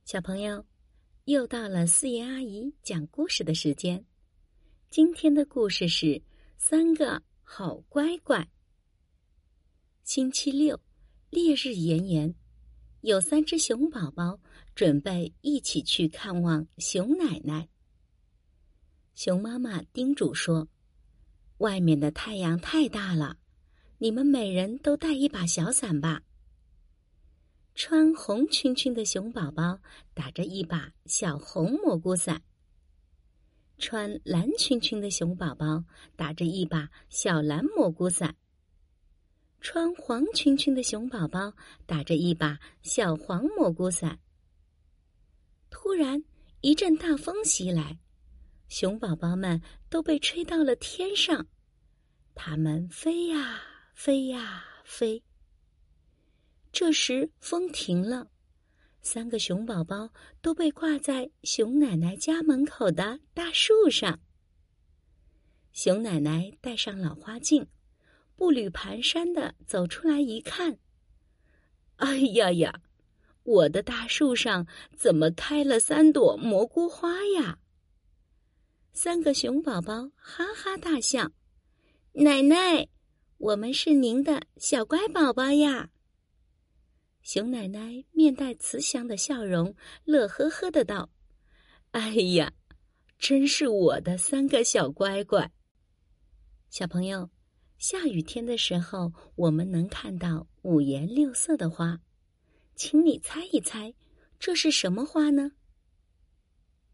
小朋友，又到了四爷阿姨讲故事的时间。今天的故事是三个好乖乖。星期六，烈日炎炎，有3只熊宝宝准备一起去看望熊奶奶。熊妈妈叮嘱说，外面的太阳太大了，你们每人都带一把小伞吧。穿红裙裙的熊宝宝打着一把小红蘑菇伞，穿蓝裙裙的熊宝宝打着一把小蓝蘑菇伞，穿黄裙裙的熊宝宝打着一把小黄蘑菇伞。突然，一阵大风袭来，熊宝宝们都被吹到了天上，它们飞呀飞呀飞。这时风停了，3个熊宝宝都被挂在熊奶奶家门口的大树上。熊奶奶戴上老花镜，步履蹒跚地走出来一看，哎呀呀，我的大树上怎么开了3朵蘑菇花呀？3个熊宝宝哈哈大笑，奶奶，我们是您的小乖宝宝呀。熊奶奶面带慈祥的笑容，乐呵呵的道：哎呀，真是我的3个小乖乖。小朋友，下雨天的时候，我们能看到5颜6色的花，请你猜一猜，这是什么花呢？